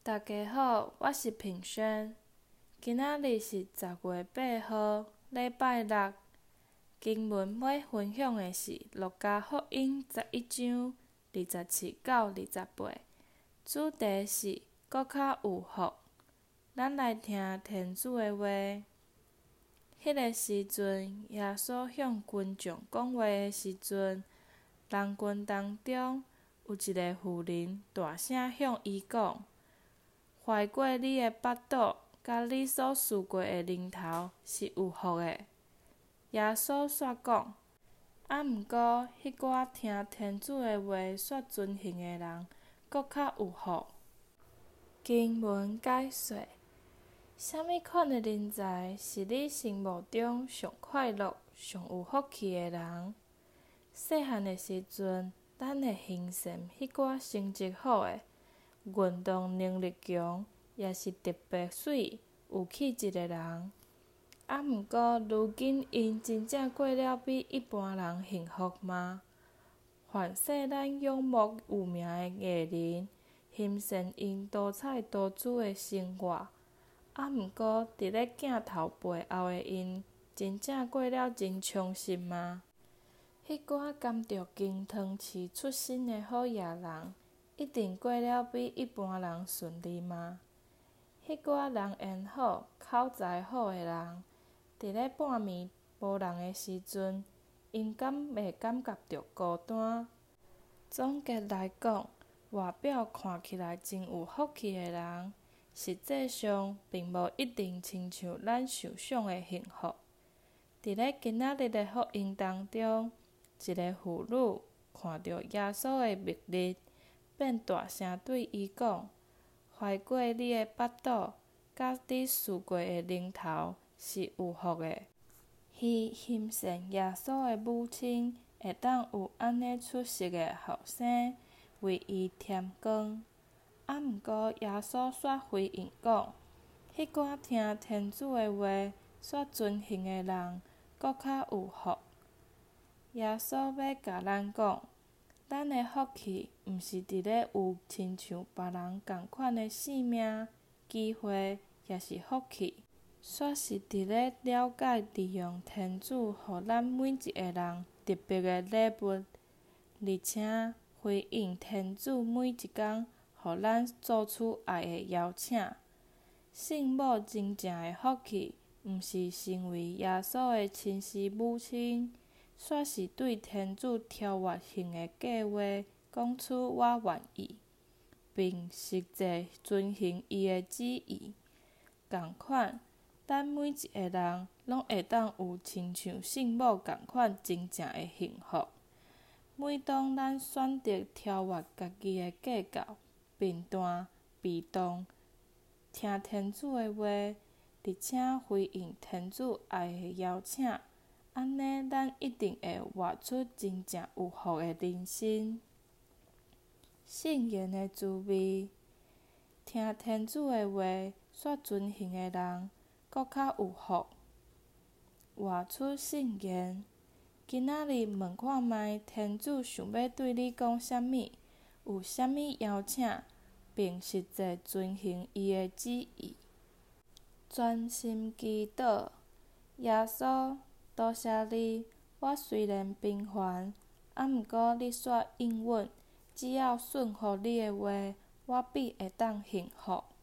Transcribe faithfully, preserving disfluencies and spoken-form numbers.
大家好，我是平轩。今仔日是十月八号，礼拜六。经文要分享的是《路加福音》十一章二十七到二十八，主题是搁较有福。咱来听天主的话。迄个时阵，耶稣向群众讲话的时阵，人群当中有一个妇人大声向伊讲：怀过你的腹肚，甲你所受过的零头是有福的。耶稣煞讲：啊，毋过迄寡听天主的话煞遵行的人，搁较有福。经文解说：啥物款的人才是你心目中上快乐、上有福气的人？细汉的时阵，咱会欣赏迄寡成绩好的、运动能力强，也是特别水、有气质的人。啊，毋过如今因真正过了比一般人幸福吗？凡说咱仰慕有名的艺人，欣赏因多彩多姿的生活。啊，毋过，伫咧镜头背后的因，真正过了真充实吗？迄寡甘着金汤匙出身的好野人，一定过了比一般人顺利吗？迄寡人缘好、口才好的人，伫咧半暝无人的时阵，因敢袂感觉着孤单？总结来讲，外表看起来真有福气的人，实际上，并无一定亲像咱想象的幸福。伫咧今仔日的福音当中，一个妇女看到耶稣的密日，便大声对伊讲：怀过你的腹肚，甲你受过的零头是有福的。伊欣赏耶稣的母亲会当有安尼出色的后生，为伊添光。啊，毋过耶稣煞回应讲：迄寡听天主的话、煞遵行的人，搁较有福。耶稣要甲咱讲，咱的福气毋是伫咧有亲像别人共款的性命、机会，也是福气，煞是伫咧了解利用天主予咱每一个人特别的礼物，而且回应天主每一工予咱做出爱的邀请。圣母真正的福气，毋是成为耶稣的亲生母亲，煞是对天主超越性的计划讲出我愿意，并实际遵行伊的旨意。共款，咱每一个人拢会当有亲像圣母共款真正的幸福。每当咱选择超越家己的计较、评断、被动，听天主的话，而且回应天主爱的邀请，安尼咱一定会活出真正有福的人生。圣言的滋味，听天主的话，煞遵行的人，搁较有福。活出圣言。今仔日问看卖，天主想要对你讲啥物？有啥物邀请，并实际遵行伊的旨意。专心祈祷，耶稣，多谢你。我虽然平凡，啊，毋过你煞应允，只要顺服你的话，我必会当幸福。